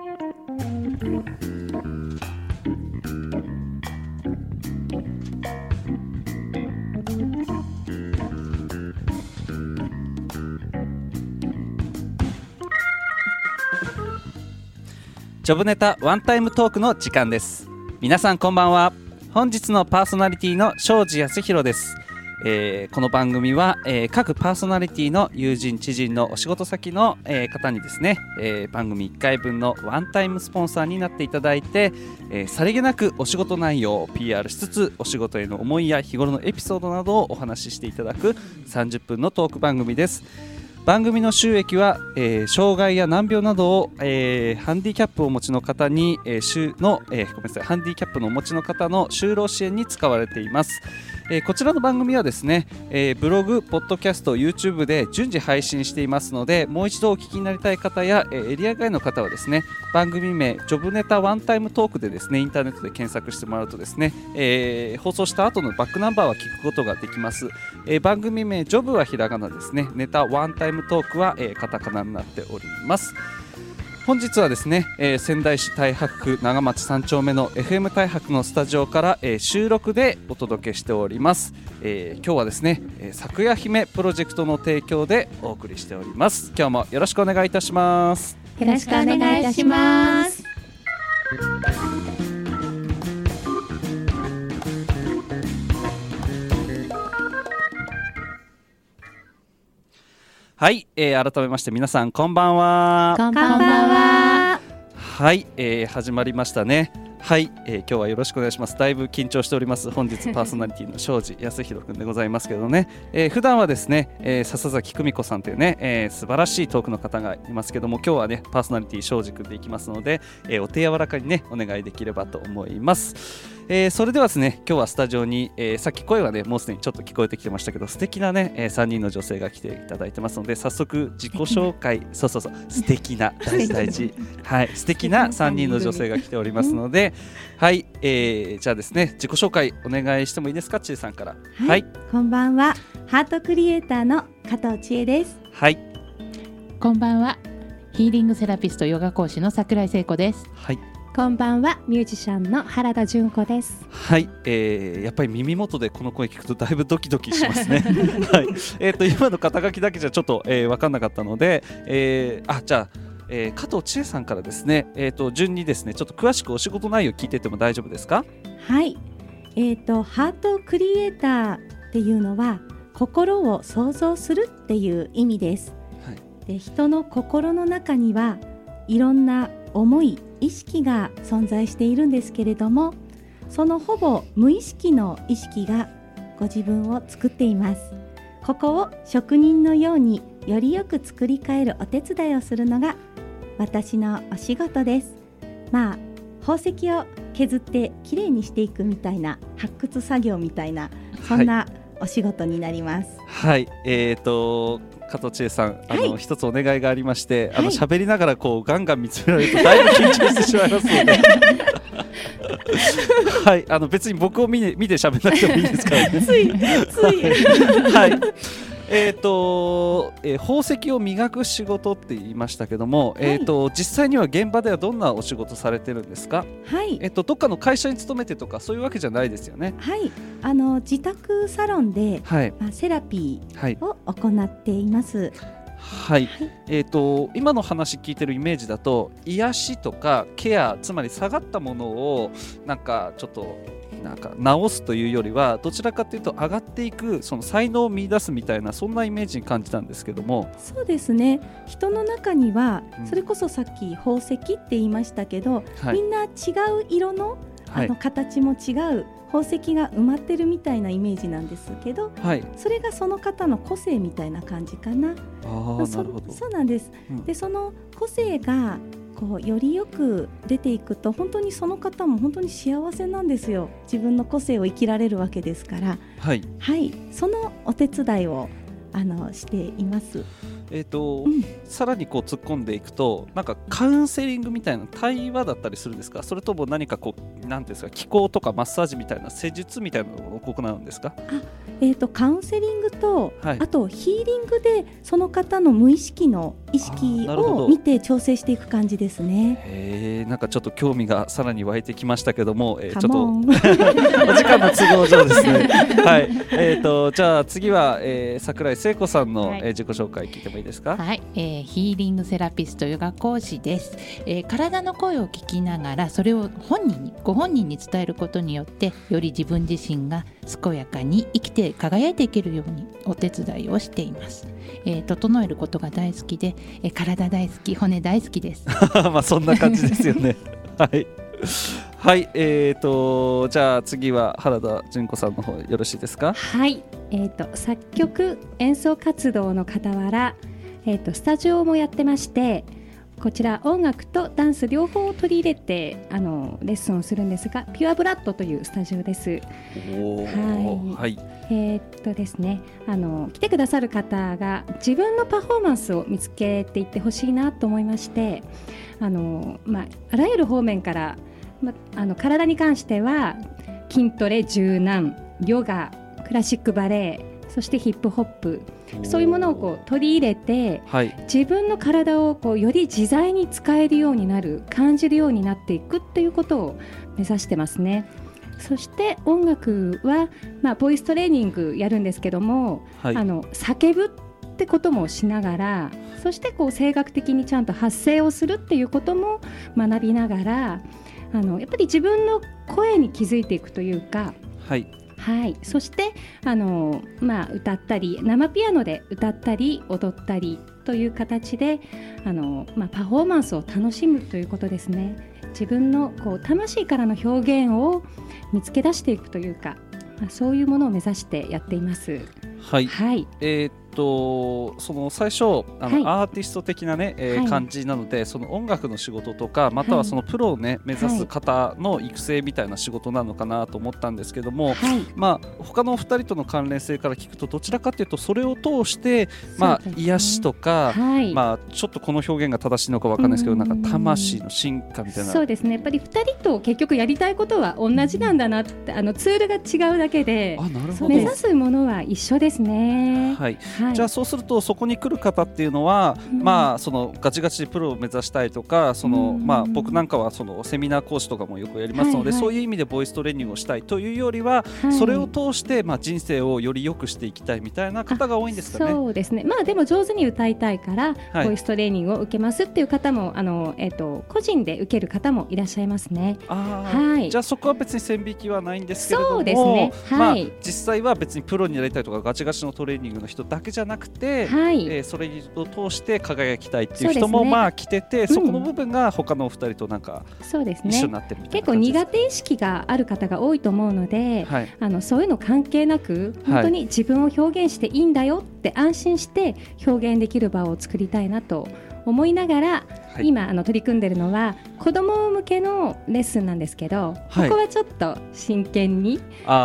ジョブネタワンタイムトークの時間です。皆さんこんばんは。本日のパーソナリティの庄司康弘です。この番組は、各パーソナリティの友人知人のお仕事先の、方にですね、番組1回分のワンタイムスポンサーになっていただいて、さりげなくお仕事内容を PR しつつ、お仕事への思いや日頃のエピソードなどをお話ししていただく30分のトーク番組です。番組の収益は、障害や難病などを、ハンディキャップをお持ちの方に、ハンディキャップのお持ちの方の就労支援に使われています。こちらの番組はですね、ブログ、ポッドキャスト、YouTube で順次配信していますので、もう一度お聞きになりたい方や、エリア外の方はですね、番組名ジョブネタワンタイムトークでですね、インターネットで検索してもらうとですね、放送した後のバックナンバーは聞くことができます。番組名ジョブはひらがなですね、ネタワンタイムトークは、カタカナになっております。本日はですね、仙台市太白区長町3丁目の FM 太白のスタジオから、収録でお届けしております。今日はですね、咲夜姫プロジェクトの提供でお送りしております。今日もよろしくお願いいたします。 よろしくお願いいたします。 はい、改めまして皆さんこんばんは。 こんばんは。 はい、始まりましたね。はい、今日はよろしくお願いします。だいぶ緊張しております。本日パーソナリティの庄司康弘くんでございますけどね、普段はですね、笹崎久美子さんというね、素晴らしいトークの方がいますけども、今日はねパーソナリティ庄司くんでいきますので、お手柔らかにねお願いできればと思います。それではですね、今日はスタジオに、さっき声はねもうすでにちょっと聞こえてきてましたけど、素敵なね、3人の女性が来ていただいてますので、早速自己紹介、そう素敵な大事はい、素敵な3人の女性が来ておりますので、はい、じゃあですね、自己紹介お願いしてもいいですか、ちえさんから。 はい、こんばんは。ハートクリエイターの加藤千恵です。 はい、こんばんは。ヒーリングセラピストヨガ講師の桜井聖子です。 はい、 こんばんは。ミュージシャンの原田純子です。 はい、やっぱり耳元でこの声聞くとだいぶドキドキしますね。はい、今の肩書きだけじゃちょっと、分かんなかったので、じゃあ加藤千恵さんからですね、順にですねちょっと詳しくお仕事内容聞いてても大丈夫ですか？ はい、ハートクリエイターっていうのは心を創造するっていう意味です。はい、で人の心の中にはいろんな思い意識が存在しているんですけれども、そのほぼ無意識の意識がご自分を作っています。ここを職人のようによりよく作り変えるお手伝いをするのが私のお仕事です。宝石を削ってきれいにしていくみたいな発掘作業みたいな、そんなお仕事になります。 はい、加藤千恵さん、一つお願いがありまして、喋りながらこうガンガン見つめられるとだいぶ緊張してしまいますのではい、別に僕を見て喋らなくてもいいですからね。 ついはい、宝石を磨く仕事って言いましたけども、実際には現場ではどんなお仕事されてるんですか？ はい、 どっかの会社に勤めてとかそういうわけじゃないですよね。 はい、自宅サロンで、セラピーを行っています。 はい、今の話聞いてるイメージだと、癒しとかケア、つまり下がったものをなんかちょっと直すというよりは、どちらかというと上がっていく、その才能を見出すみたいな、そんなイメージに感じたんですけども。 そうですね、人の中には、それこそさっき宝石って言いましたけど、みんな違う色の、形も違う宝石が埋まってるみたいなイメージなんですけど、それがその方の個性みたいな感じかな。 なるほど。 そうなんです。でその個性がこうよりよく出ていくと、本当にその方も本当に幸せなんですよ。自分の個性を生きられるわけですから、そのお手伝いをしています。 さらにこう突っ込んでいくとなんかカウンセリングみたいな対話だったりするんですか？それとも何かこうなんていうんですか、気候とかマッサージみたいな施術みたいなのを行うんですか？ カウンセリングと、 はい、 あとヒーリングでその方の無意識の意識を見て調整していく感じですね。 なんかちょっと興味がさらに湧いてきましたけども、ちょっとおお時間の都合上ですねはい、じゃあ次は、櫻井聖子さんの、自己紹介聞いてもいいですか？ はい、ヒーリングセラピストヨガ講師です。体の声を聞きながらそれをご本人に伝えることによってより自分自身が健やかに生きて輝いていけるようにお手伝いをしています。整えることが大好きで、体大好き、骨大好きですまあそんな感じですよねはいはい、じゃあ次は原田純子さんの方よろしいですか？ はい、作曲演奏活動の傍ら、スタジオもやってまして、こちら音楽とダンス両方を取り入れてレッスンをするんですが、ピュアブラッドというスタジオです。はい、ですね、来てくださる方が自分のパフォーマンスを見つけていってほしいなと思いまして、あらゆる方面から、体に関しては筋トレ、柔軟、ヨガ、クラシックバレエ、そしてヒップホップ、そういうものをこう取り入れて、はい、自分の体をこうより自在に使えるようになる、感じるようになっていくっていうことを目指してますね。そして音楽は、ボイストレーニングやるんですけども、はい、叫ぶってこともしながら、そしてこう声楽的にちゃんと発声をするっていうことも学びながら、やっぱり自分の声に気づいていくというか、はいはい、そして歌ったり生ピアノで歌ったり踊ったりという形でパフォーマンスを楽しむということですね。自分のこう魂からの表現を見つけ出していくというか、そういうものを目指してやっています。 はい、はい、その最初はい、アーティスト的な、ね感じなので、その音楽の仕事とかまたはそのプロを、ね目指す方の育成みたいな仕事なのかなと思ったんですけども、はい、他のお二人との関連性から聞くとどちらかというとそれを通して、癒しとか、はい、ちょっとこの表現が正しいのか分かんないですけど、なんか魂の進化みたいな。 そうですね、やっぱり2人と結局やりたいことは同じなんだなって、ツールが違うだけで目指すものは一緒ですね。 はいはい、じゃあそうするとそこに来る方っていうのは、そのガチガチプロを目指したいとか、僕なんかはそのセミナー講師とかもよくやりますので、そういう意味でボイストレーニングをしたいというよりは、それを通して、人生をより良くしていきたいみたいな方が多いんですかね。 そうですね、でも上手に歌いたいから、ボイストレーニングを受けますっていう方も個人で受ける方もいらっしゃいますね。 はい、じゃあそこは別に線引きはないんですけれども、 そうですね、はい、 実際は別にプロになりたいとかガチガチのトレーニングの人だけじゃなくて、はい、それを通して輝きたいっていう人も来てて、そこの部分が他のお二人となんか一緒になってるみたいな感じです。 結構苦手意識がある方が多いと思うので、はい、そういうの関係なく本当に自分を表現していいんだよって安心して表現できる場を作りたいなと思いながら、はい、今取り組んでいるのは子ども向けのレッスンなんですけど、はい、ここはちょっと真剣に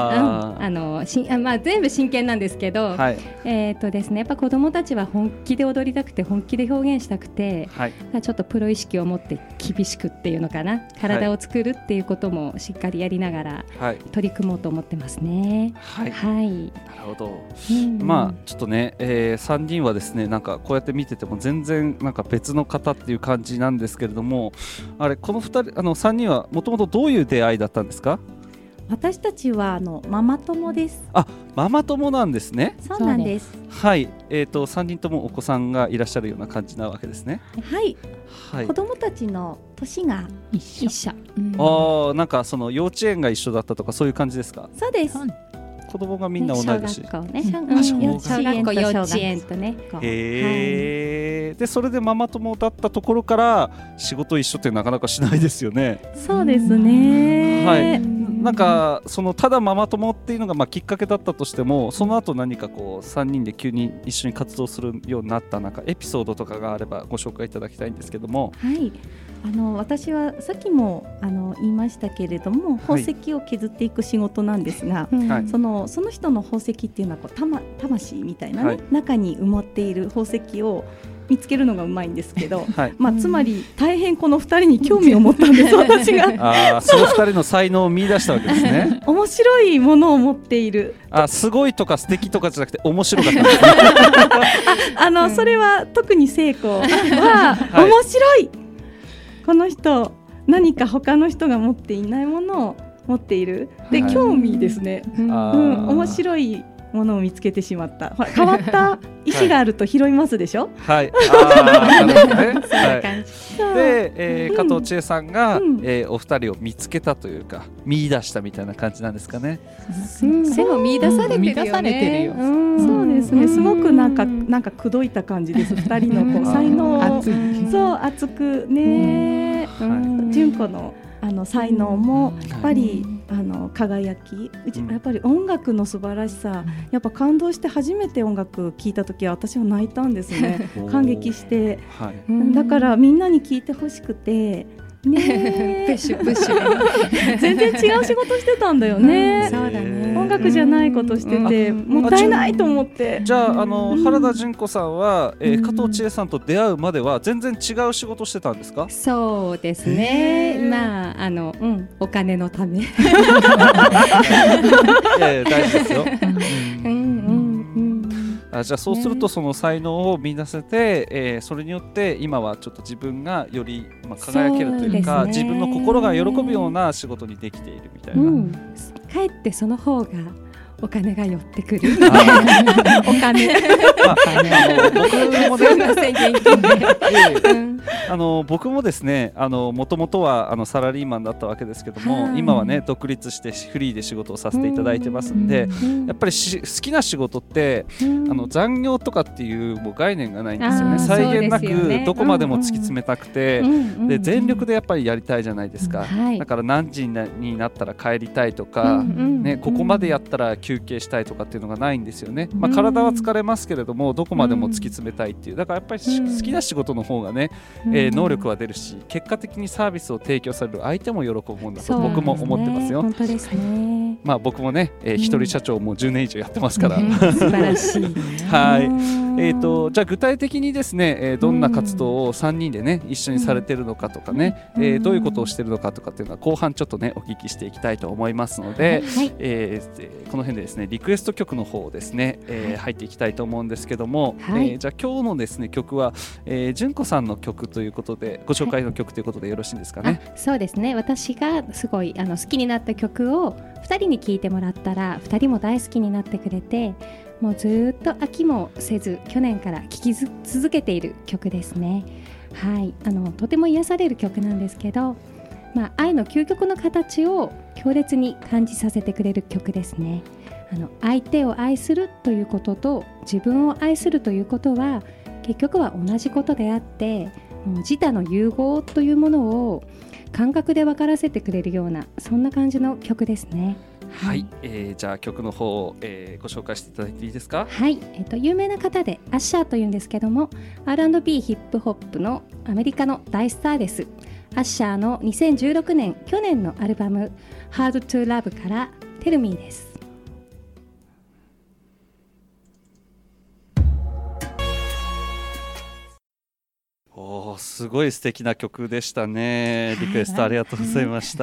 全部真剣なんですけど、はい、ですね、やっぱ子どもたちは本気で踊りたくて本気で表現したくて、はい、ちょっとプロ意識を持って厳しくっていうのかな、体を作るっていうこともしっかりやりながら取り組もうと思ってますね。 はい、はい、なるほど、ちょっとね、3人はですね、なんかこうやって見てても全然なんか別の方っていう感じなんですけれども、あれこの3人はもともとどういう出会いだったんですか？ 私たちはママ友です。 ママ友なんですね。 そうなんです。 はい、3人ともお子さんがいらっしゃるような感じなわけですね。 はい、はい、子供たちの年が一緒。 なんかその幼稚園が一緒だったとかそういう感じですか？ そうです。 子供がみんな同い年。 小学校ね、小学校幼稚園とね。 でそれでママ友だったところから仕事一緒ってなかなかしないですよね。 そうですね。 はい。なんかそのただママ友っていうのがきっかけだったとしても、その後何かこう3人で急に一緒に活動するようになったなんかエピソードとかがあればご紹介いただきたいんですけども。 はい。 私はさっきも言いましたけれども、宝石を削っていく仕事なんですが、 はい、 その人の宝石っていうのはこう魂みたいな、ね、はい、中に埋まっている宝石を見つけるのがうまいんですけど、はい、つまり大変この2人に興味を持ったんです私がその2人の才能を見出したわけですね面白いものを持っている。 すごいとか素敵とかじゃなくて面白かったんですねそれは特に聖子は、はい、面白い、この人何か他の人が持っていないものを持っているで、はい、興味ですね、面白いものを見つけてしまった。ほら変わった石があると拾いますでしょ。 はい。なるほどね。で、加藤千恵さんが、お二人を見つけたというか見出したみたいな感じなんですかね。 でも見出されてるよね。 そうですね。すごくなんか口説いた感じです。二人のこう才能をそう熱くね。純子の才能もやっぱり輝き、やっぱり音楽の素晴らしさ、やっぱ感動して初めて音楽聴いた時は私は泣いたんですね感激して、はい、だからみんなに聴いてほしくてねプッシュ全然違う仕事してたんだよね、 そうだね、 音楽じゃないことしてて、もったいないと思って。 じゃあ原田純子さんは、加藤千恵さんと出会うまでは全然違う仕事してたんですか？ そうですね、お金のためいや大事ですよじゃあそうするとその才能を見出せて、それによって今はちょっと自分がより輝けるというか、自分の心が喜ぶような仕事にできているみたいな、 かえってその方がお金が寄ってくるお金僕もですねもともとはサラリーマンだったわけですけども、今はね独立してフリーで仕事をさせていただいてますんで、やっぱり好きな仕事って残業とかっていうもう概念がないんですよね。際限なくどこまでも突き詰めたくて、で全力でやっぱりやりたいじゃないですか、だから何時になったら帰りたいとか、ね、ここまでやったら休憩したいとかっていうのがないんですよね。体は疲れますけれどもどこまでも突き詰めたいっていう、だからやっぱり好きな仕事の方がね、能力は出るし、結果的にサービスを提供される相手も喜ぶもんだと僕も思ってますよ。 本当ですね。 僕もね、一人社長も10年以上やってますから、 素晴らしいはい。じゃあ具体的にですね、どんな活動を3人でね一緒にされてるのかとかね、どういうことをしてるのかとかっていうのは後半ちょっとねお聞きしていきたいと思いますので、この辺でですねリクエスト曲の方をですね、入っていきたいと思うんですけども、じゃあ今日のですね曲は、純子さんの曲ということでご紹介の曲ということでよろしいんですかね。 そうですね、私がすごい好きになった曲を2人に聴いてもらったら2人も大好きになってくれて、もうずっと飽きもせず去年から聴き続けている曲ですね。はい、とても癒される曲なんですけど、愛の究極の形を強烈に感じさせてくれる曲ですね。相手を愛するということと自分を愛するということは結局は同じことであって、自他の融合というものを感覚で分からせてくれるような、そんな感じの曲ですね。 はい、じゃあ曲の方を、ご紹介していただいていいですか。 はい、有名な方でアッシャーというんですけども、 R&B ヒップホップのアメリカの大スターです。アッシャーの2016年去年のアルバム Hard to Love からTell Meです。 すごい素敵な曲でしたね。リクエストありがとうございました。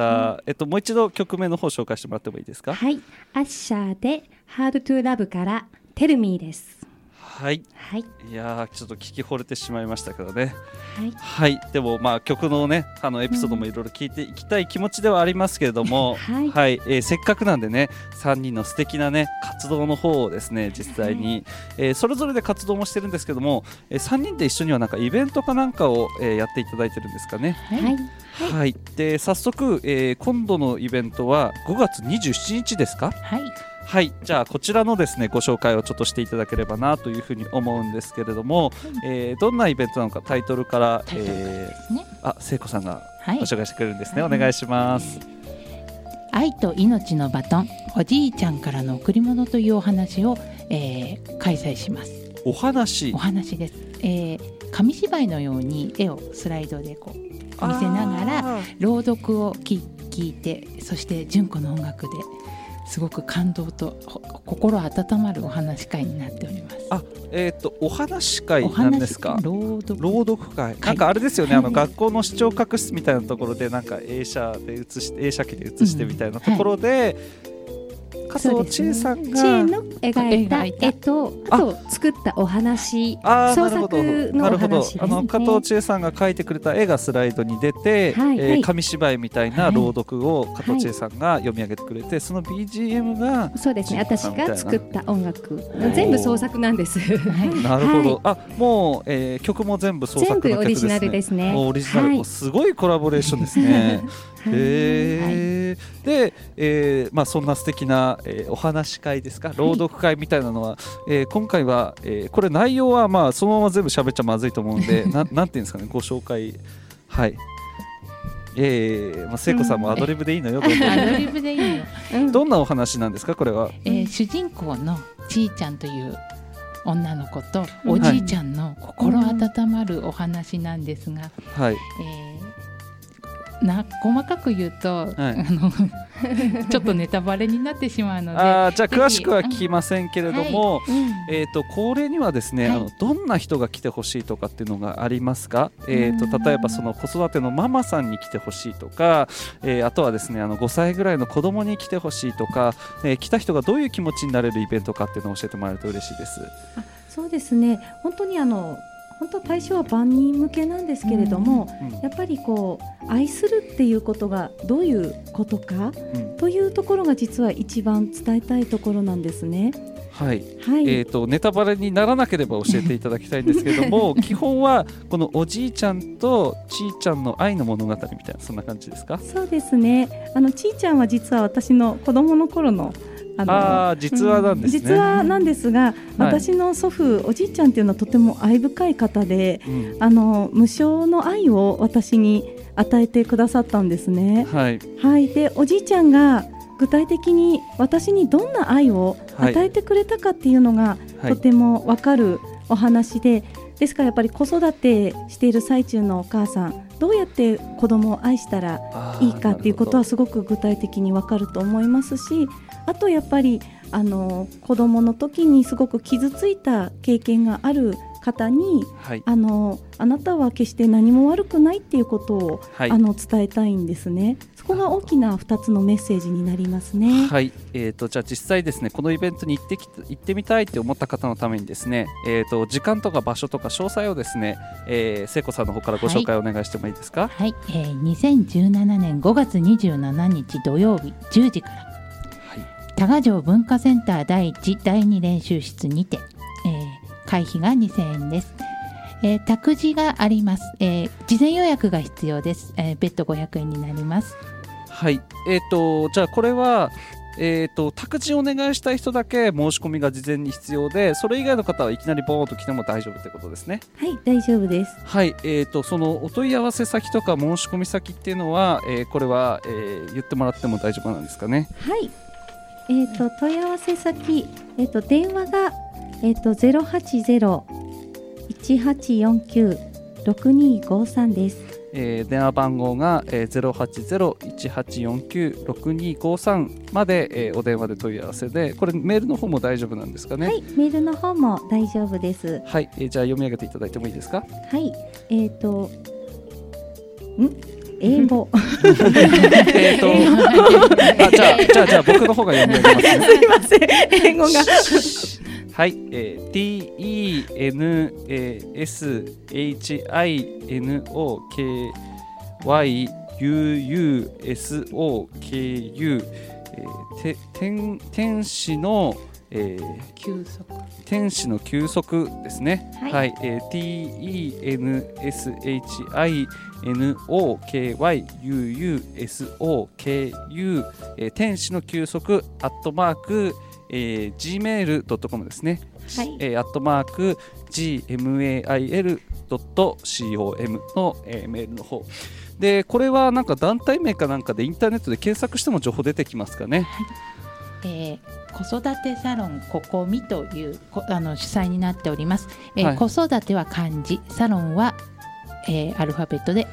もう一度曲名の方紹介してもらってもいいですか。 はい、アッシャーで Hard to Love からTell Me です。 はい、いやちょっと聞き惚れてしまいましたけどね。 はい、 でも曲のねエピソードもいろいろ聞いていきたい気持ちではありますけれども、せっかくなんでね3人の素敵なね活動の方をですね実際に、それぞれで活動もしてるんですけども、3人で一緒にはなんかイベントかなんかを、やっていただいてるんですかね。で早速、今度のイベントは5月27日ですか。じゃあこちらのですねご紹介をちょっとしていただければなというふうに思うんですけれども、どんなイベントなのかタイトルから、聖子さんがご紹介してくれるんですね。お願いします。 愛と命のバトン、おじいちゃんからの贈り物というお話を、開催します。 お話です。 紙芝居のように絵をスライドでこう見せながら朗読を聞いて、そして純子の音楽ですごく感動と心温まるお話会になっております。 お話会なんですか？朗読会、なんかあれですよね、学校の視聴覚室みたいなところでなんか映写機で映してみたいなところで、加藤千恵さんが千恵の描いた絵と、あと作ったお話、創作のお話ですね。 加藤千恵さんが描いてくれた絵がスライドに出て、紙芝居みたいな朗読を加藤千恵さんが読み上げてくれて、その BGM がそうですね、私が作った音楽全部創作なんです。 なるほど。もう、曲も全部創作の曲ですね。全部オリジナルですね。オリジナル、すごいコラボレーションですね。で、そんな素敵な、お話会ですか、朗読会みたいなのは、今回は、これ内容はそのまま全部喋っちゃまずいと思うんでなんていうんですかね、ご紹介。はい。聖子さんもアドリブでいいのよ。 アドリブでいいの。 どんなお話なんですか、これは。 主人公のちーちゃんという女の子とおじいちゃんの心温まるお話なんですが、細かく言うと、ちょっとネタバレになってしまうので、じゃあ詳しくは聞きませんけれども、恒例にはですね、どんな人が来てほしいとかっていうのがありますか？例えばその子育てのママさんに来てほしいとか、あとはですね5歳ぐらいの子供に来てほしいとか、来た人がどういう気持ちになれるイベントかっていうのを教えてもらえると嬉しいです。 そうですね、本当に本当対象は万人向けなんですけれども、やっぱり愛するっていうことがどういうことか、というところが実は一番伝えたいところなんですね。 はい、ネタバレにならなければ教えていただきたいんですけれども基本はこのおじいちゃんとちーちゃんの愛の物語みたいな、そんな感じですか？ そうですね、ちーちゃんは実は私の子供の頃の実話なんですね。 実話なんですが、私の祖父、おじいちゃんっていうのはとても愛深い方で、無償の愛を私に与えてくださったんですね。でおじいちゃんが具体的に私にどんな愛を与えてくれたかっていうのが、とても分かるお話で、ですからやっぱり子育てしている最中のお母さん、どうやって子供を愛したらいいかっていうことはすごく具体的に分かると思いますし、あとやっぱり子供の時にすごく傷ついた経験がある方に、あなたは決して何も悪くないっていうことを、伝えたいんですね。そこが大きな2つのメッセージになりますね。 じゃあ実際ですね、このイベントに行ってみたいって思った方のためにですね、時間とか場所とか詳細をですね、聖子さんの方からご紹介お願いしてもいいですか？ 2017年5月27日土曜日10時から、多賀城文化センター第1、第2練習室にて、会費が2000円です。託児があります。事前予約が必要です。別途500円になります。 じゃあこれは託児お願いしたい人だけ申し込みが事前に必要で、それ以外の方はいきなりボーンと来ても大丈夫ってことですね。 はい、大丈夫です。 そのお問い合わせ先とか申し込み先っていうのは、これは、言ってもらっても大丈夫なんですかね？ はい、問い合わせ先、電話が、080-1849-6253 です。 電話番号が、080-1849-6253 まで、お電話で問い合わせで、これメールの方も大丈夫なんですかね？ はい、メールの方も大丈夫です。 じゃあ読み上げていただいてもいいですか？ はい、英語じゃあ僕の方が読み上げますね。 すいません、英語がはい、TENSHINOKYUUSOKU、天使の天使の休息ですね。TENSHINOKYUUSOKU、天使の休息@gmail.com ですね。@gmail.com の、メールの方で、これはなんか団体名かなんかでインターネットで検索しても情報出てきますかね？ 子育てサロンここみという主催になっております。 はい、 子育ては漢字、サロンは、アルファベットで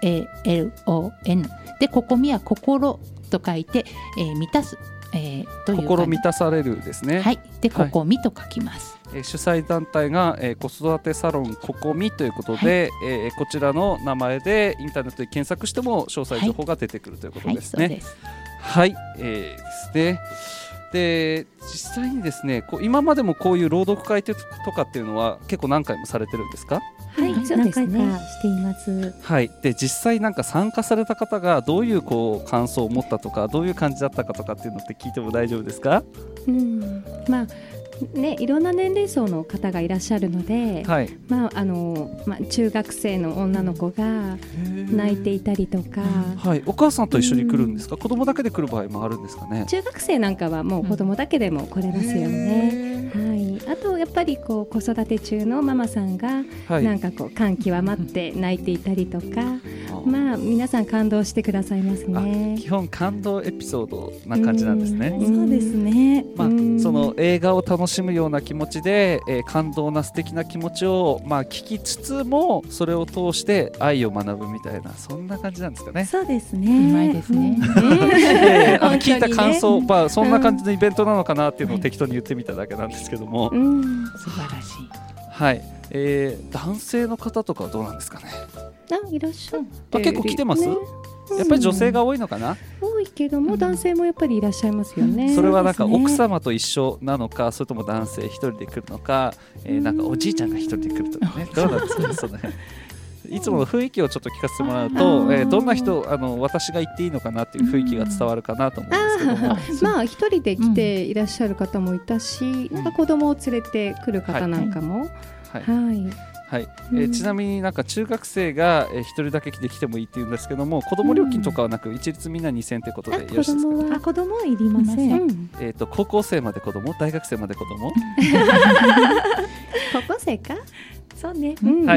SALON で、ここみは心と書いて、満たす、という心満たされるですね。 はい、でここみと書きます。 主催団体が、子育てサロンここみということで、こちらの名前でインターネットで検索しても詳細情報が出てくるということですね。はい、ですね。で実際にですね、今までもこういう朗読会とかっていうのは結構何回もされてるんですか？ はい、何回かしています。 はい、で実際なんか参加された方がどういう感想を持ったとか、どういう感じだったかとかっていうのって聞いても大丈夫ですか？ まあね、いろんな年齢層の方がいらっしゃるので、はい、中学生の女の子が泣いていたりとか、 はい、お母さんと一緒に来るんですか？子供だけで来る場合もあるんですかね？ 中学生なんかはもう子供だけでも来れますよね。はい、あとやっぱり子育て中のママさんがなんか感極まって泣いていたりとか、皆さん感動してくださいますね。 基本感動エピソードな感じなんですね。 そうですね。 その映画を楽しむような気持ちで、感動な素敵な気持ちを聞きつつも、それを通して愛を学ぶみたいな、そんな感じなんですかね。 そうですね。 うまいですね。 聞いた感想、そんな感じのイベントなのかなっていうのを適当に言ってみただけなんですけども、 素晴らしい。 はい、男性の方とかはどうなんですかね？ いらっしゃる。 結構来てます？やっぱり女性が多いのかな？ 多いけども男性もやっぱりいらっしゃいますよね。 それはなんか奥様と一緒なのか、それとも男性一人で来るのか、なんかおじいちゃんが一人で来るとかね、どうなんですかね？その辺いつもの雰囲気をちょっと聞かせてもらうと、どんな人私が言っていいのかなっていう雰囲気が伝わるかなと思うんですけども、 一人で来ていらっしゃる方もいたし、なんか子供を連れてくる方なんかも、はい、 ちなみになんか中学生が1人だけ来てもいいって言うんですけども、子供料金とかはなく一律みんな2000ということでよろしいですか？ 子供はいりません。 高校生まで子供、大学生まで子供高校生か？ そうね。 はい、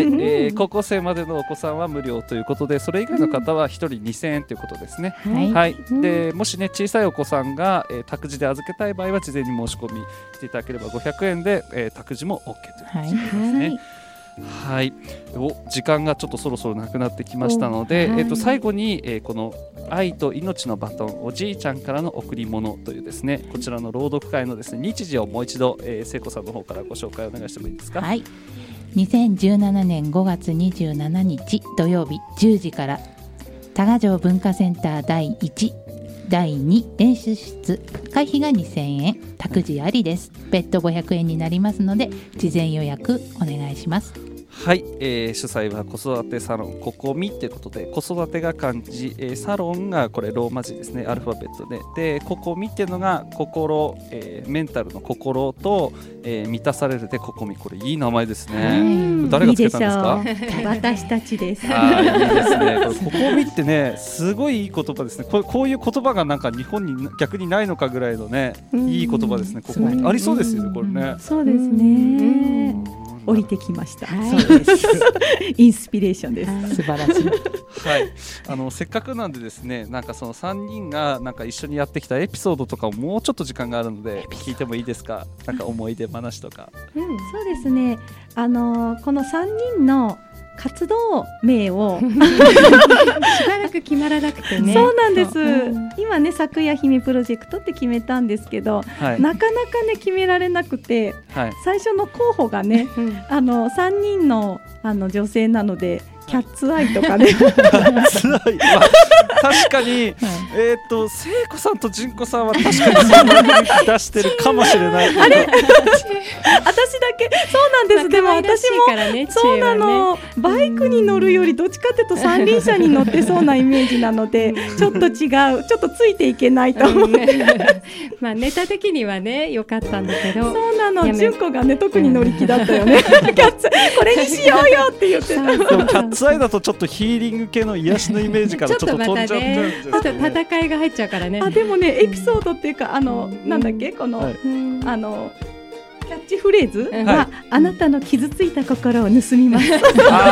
高校生までのお子さんは無料ということで、それ以外の方は1人2000円ということですね。はい、でもしね小さいお子さんが、託児で預けたい場合は事前に申し込みしていただければ500円で、託児も OK ということですね。はい、時間がちょっとそろそろなくなってきましたので、最後に、この愛と命のバトン、おじいちゃんからの贈り物というですね、こちらの朗読会のですね日時をもう一度、聖子さんの方からご紹介お願いしてもいいですか？ はい、2017年5月27日土曜日10時から多賀城文化センター第1第2練習室、会費が2000円、託児ありです。別途500円になりますので事前予約お願いします。 はい、主催は子育てサロンここみということで、子育てが漢字、サロンがこれローマ字ですね、アルファベットで、ここみっていうのが心、メンタルの心と、満たされるでここみ、これいい名前ですね。誰がつけたんですか？ 私たちです。 いいですね。ここみってね、すごいいい言葉ですね。こういう言葉がなんか日本に逆にないのかぐらいのね、いい言葉ですね。ここみありそうですよね、これね。 そうですね。降りてきました。そうです。インスピレーションです。 素晴らしい。 はい、せっかくなんでですね、なんかその3人がなんか一緒にやってきたエピソードとかをもうちょっと時間があるので聞いてもいいですか？なんか思い出話とか。 そうですね。この3人の活動名をしばらく決まらなくてね。 そうなんです。今ね、咲夜姫プロジェクトって決めたんですけど、なかなかね決められなくて、最初の候補がね、3人の女性なのでキャッツアイとかね。 確かに、聖子さんと純子さんは確かにそんなに出してるかもしれない。 あれ私だけそうなんです。でも私もそうなの、バイクに乗るよりどっちかというと三輪車に乗ってそうなイメージなのでちょっと違う、ちょっとついていけないと思って、 ネタ的にはね良かったんだけど、 そうなの、純子がね特に乗り気だったよね。キャッツこれにしようよって言ってた。 でもキャッツアイだとちょっとヒーリング系の癒しのイメージからちょっと飛んじゃってるんですよね。 ちょっと戦いが入っちゃうからね。 でもねエピソードっていうかなんだっけこの、キャッチフレーズは、 はい、 あなたの傷ついた心を盗みます。 ちょっ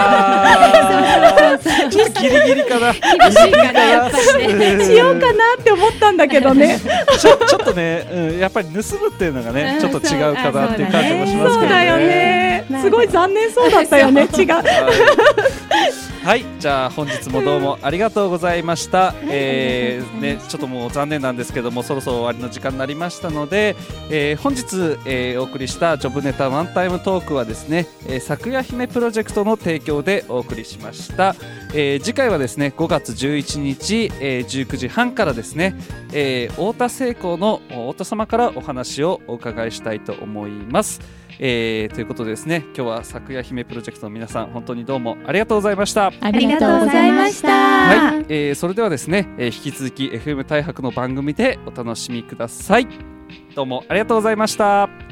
とギリギリかな。 厳しいからやっぱりねしようかなって思ったんだけどね。 ちょっとね、やっぱり盗むっていうのがね、ちょっと違うかなっていう感じもしますけどね。 そうだよね。すごい残念そうだったよね。違う。 はい、じゃあ本日もどうもありがとうございました。ね、ちょっともう残念なんですけども、そろそろ終わりの時間になりましたので、本日、お送りしたジョブネタワンタイムトークはですね、咲夜姫プロジェクトの提供でお送りしました。次回はですね、5月11日、19時半からですね、太田製鋼の太田様からお話をお伺いしたいと思います。ということでですね、今日は咲夜姫プロジェクトの皆さん、本当にどうもありがとうございました。 ありがとうございました。 はい、それではですね、引き続き FM 大白の番組でお楽しみください。どうもありがとうございました。